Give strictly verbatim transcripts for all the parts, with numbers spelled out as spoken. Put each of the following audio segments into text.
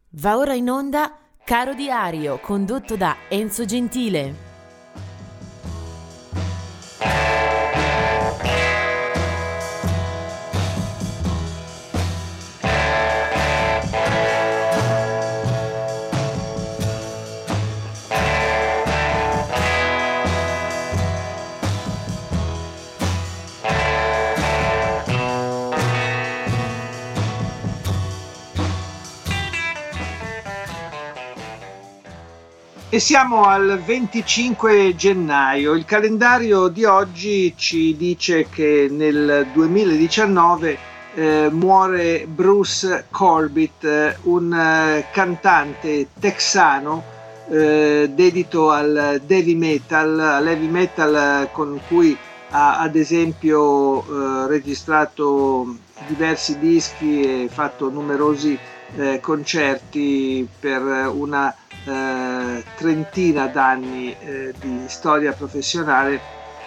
Va ora in onda Caro Diario, condotto da Enzo Gentile. E siamo al venticinque gennaio. Il calendario di oggi ci dice che nel duemiladiciannove eh, muore Bruce Corbett, eh, un eh, cantante texano eh, dedito al heavy metal, all'heavy metal con cui ha ad esempio eh, registrato diversi dischi e fatto numerosi eh, concerti per una Eh, trentina d'anni eh, di storia professionale.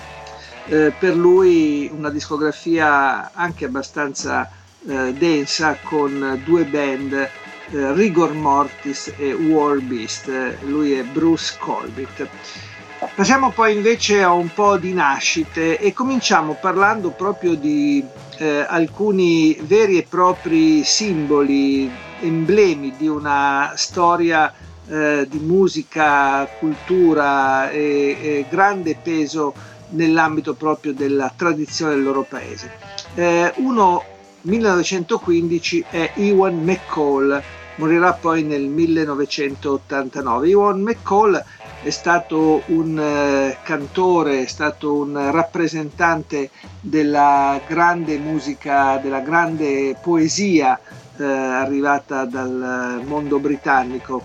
Eh, per lui una discografia anche abbastanza eh, densa, con due band, eh, Rigor Mortis e War Beast. Lui è Bruce Corbett. Passiamo poi invece a un po' di nascite e cominciamo parlando proprio di eh, alcuni veri e propri simboli, emblemi di una storia eh, di musica, cultura e, e grande peso nell'ambito proprio della tradizione del loro paese. Eh, uno, millenovecentoquindici, è Ewan MacColl, morirà poi nel millenovecentottantanove. Ewan MacColl è stato un eh, cantore, è stato un rappresentante della grande musica, della grande poesia eh, arrivata dal mondo britannico,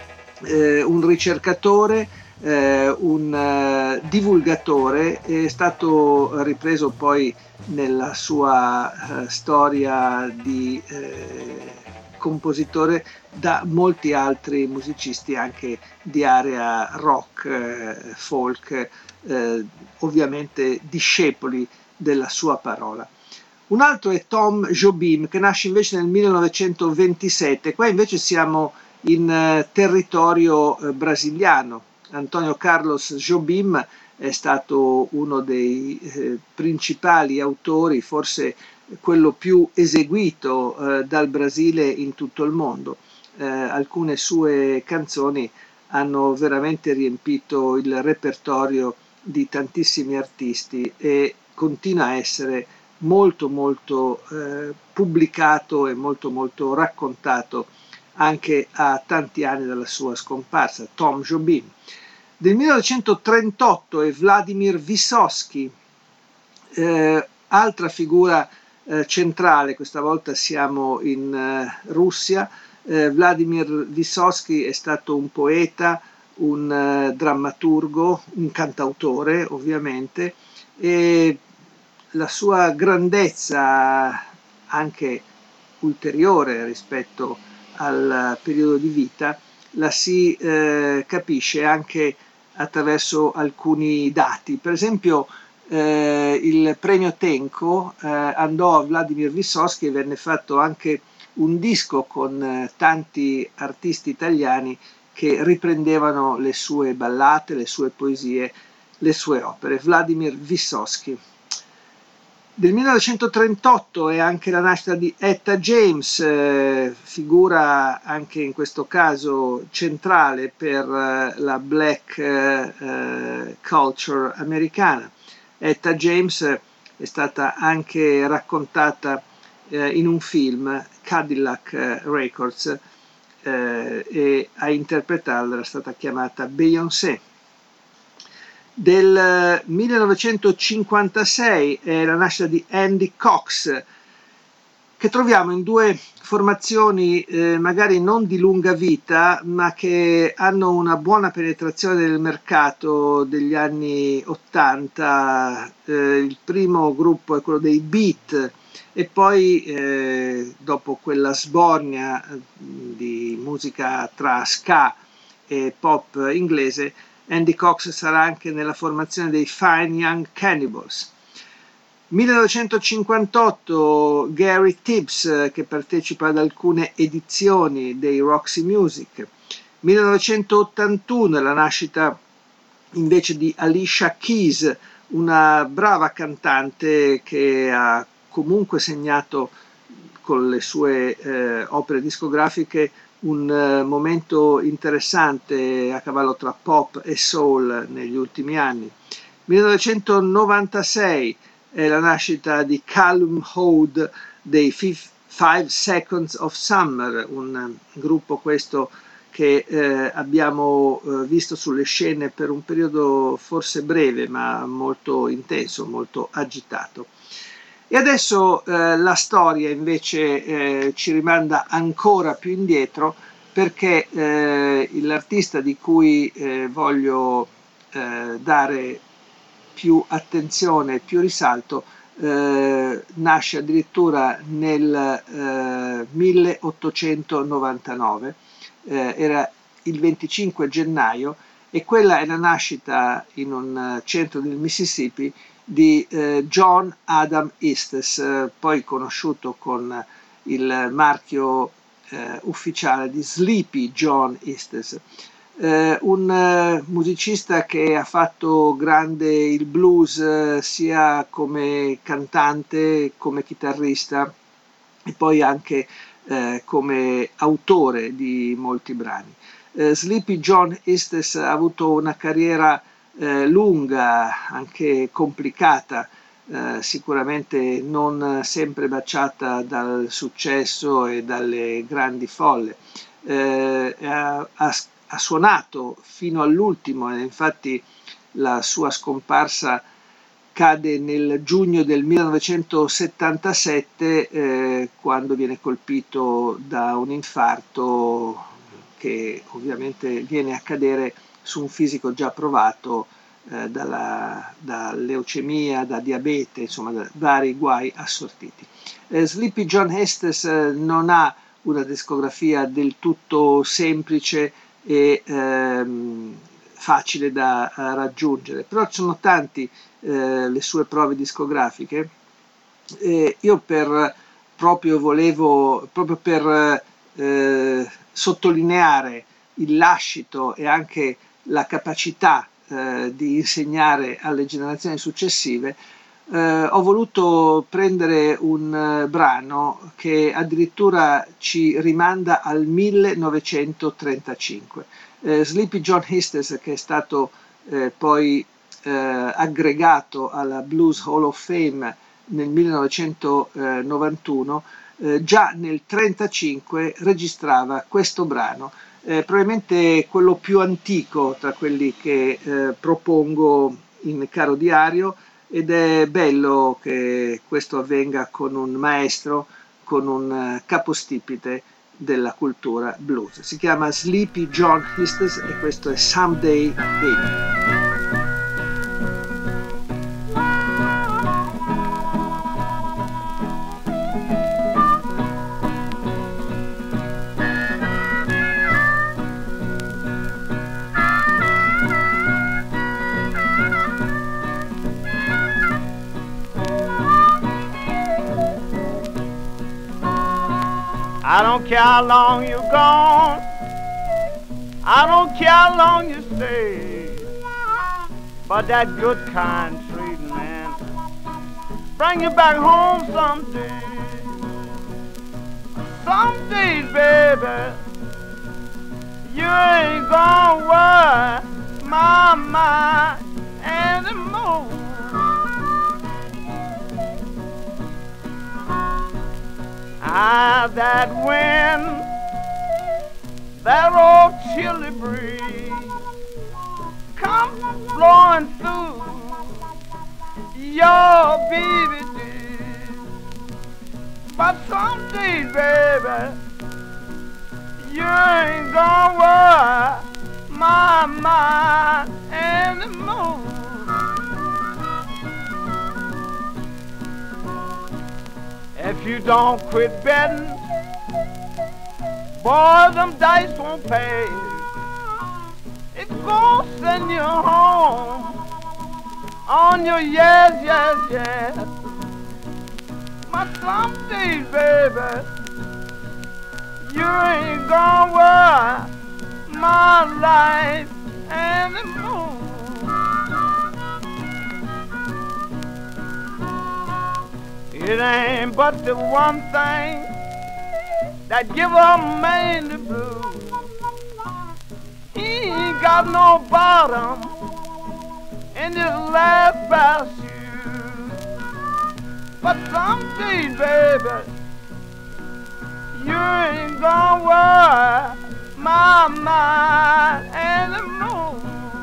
eh, un ricercatore, eh, un eh, divulgatore. È stato ripreso poi nella sua eh, storia di eh, compositore da molti altri musicisti anche di area rock, eh, folk, eh, ovviamente discepoli della sua parola. Un altro è Tom Jobim, che nasce invece nel millenovecentoventisette. Qua invece siamo in eh, territorio eh, brasiliano. Antonio Carlos Jobim è stato uno dei eh, principali autori, forse quello più eseguito eh, dal Brasile in tutto il mondo. Eh, alcune sue canzoni hanno veramente riempito il repertorio di tantissimi artisti e continua a essere molto molto eh, pubblicato e molto molto raccontato anche a tanti anni dalla sua scomparsa. Tom Jobim. Del millenovecentotrentotto è Vladimir Vysotsky, eh, altra figura eh, centrale. Questa volta siamo in eh, Russia. eh, Vladimir Vysotsky è stato un poeta, un eh, drammaturgo, un cantautore ovviamente, e la sua grandezza, anche ulteriore rispetto al periodo di vita, la si eh, capisce anche attraverso alcuni dati. Per esempio eh, il premio Tenco eh, andò a Vladimir Vysotsky e venne fatto anche un disco con eh, tanti artisti italiani che riprendevano le sue ballate, le sue poesie, le sue opere. Vladimir Vysotsky. Del millenovecentotrentotto è anche la nascita di Etta James, eh, figura anche in questo caso centrale per eh, la black eh, eh, culture americana. Etta James è stata anche raccontata eh, in un film, Cadillac eh, Records, eh, e a interpretarla era stata chiamata Beyoncé. Del millenovecentocinquantasei è la nascita di Andy Cox, che troviamo in due formazioni eh, magari non di lunga vita, ma che hanno una buona penetrazione nel mercato degli anni ottanta. Eh, il primo gruppo è quello dei Beat, e poi eh, dopo quella sbornia di musica tra ska e pop inglese, Andy Cox sarà anche nella formazione dei Fine Young Cannibals. millenovecentocinquantotto Gary Tibbs, che partecipa ad alcune edizioni dei Roxy Music. millenovecentottantuno è la nascita invece di Alicia Keys, una brava cantante che ha comunque segnato con le sue eh, opere discografiche un uh, momento interessante a cavallo tra pop e soul negli ultimi anni. millenovecentonovantasei è la nascita di Callum Hode dei Five Seconds of Summer, un gruppo questo che eh, abbiamo eh, visto sulle scene per un periodo forse breve ma molto intenso, molto agitato. E adesso eh, la storia invece eh, ci rimanda ancora più indietro, perché eh, l'artista di cui eh, voglio eh, dare più attenzione, più risalto, eh, nasce addirittura nel eh, milleottocentonovantanove, eh, era il venticinque gennaio, e quella è la nascita in un centro del Mississippi di eh, John Adam Estes, eh, poi conosciuto con il marchio eh, ufficiale di Sleepy John Estes, eh, un eh, musicista che ha fatto grande il blues eh, sia come cantante, come chitarrista e poi anche eh, come autore di molti brani. Eh, Sleepy John Estes ha avuto una carriera Eh, lunga, anche complicata, eh, sicuramente non sempre baciata dal successo e dalle grandi folle. Eh, ha, ha, ha suonato fino all'ultimo, e infatti la sua scomparsa cade nel giugno del millenovecentosettantasette, eh, quando viene colpito da un infarto che ovviamente viene a cadere su un fisico già provato eh, dalla, da leucemia, da diabete, insomma da vari guai assortiti. Eh, Sleepy John Estes eh, non ha una discografia del tutto semplice e ehm, facile da uh, raggiungere, però ci sono tanti eh, le sue prove discografiche. Eh, io per proprio volevo, proprio per eh, sottolineare il lascito e anche la capacità eh, di insegnare alle generazioni successive, eh, ho voluto prendere un eh, brano che addirittura ci rimanda al millenovecentotrentacinque. Eh, Sleepy John Estes, che è stato eh, poi eh, aggregato alla Blues Hall of Fame nel millenovecentonovantuno, eh, già nel millenovecentotrentacinque registrava questo brano, Eh, probabilmente quello più antico tra quelli che eh, propongo in Caro Diario, ed è bello che questo avvenga con un maestro, con un uh, capostipite della cultura blues. Si chiama Sleepy John Estes e questo è Someday Baby. I don't care how long you're gone, I don't care how long you stay, but that good kind treating, man, bring you back home someday. Some days, baby, you ain't gonna worry my mind anymore. Ah, that wind, that old chilly breeze, come blowing through your baby days. But some days, baby, you ain't gonna worry my mind anymore. If you don't quit betting, boy, them dice won't pay. It's gonna send you home on your yes, yes, yes But some days, baby, you ain't gonna worry my life anymore. It ain't but the one thing that give a man the blues. He ain't got no bottom in his last pair of shoes. But some days, baby, you ain't gonna worry my mind anymore.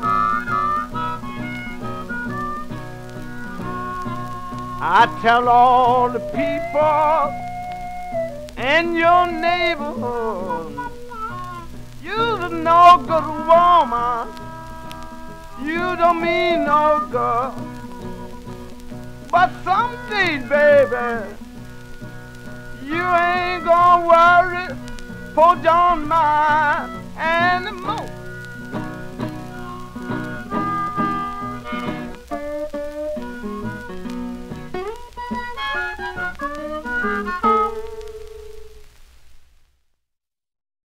I tell all the people in your neighborhood, you're no good woman, you don't mean no good. But some days, baby, you ain't gonna worry poor John mind anymore. Thank you.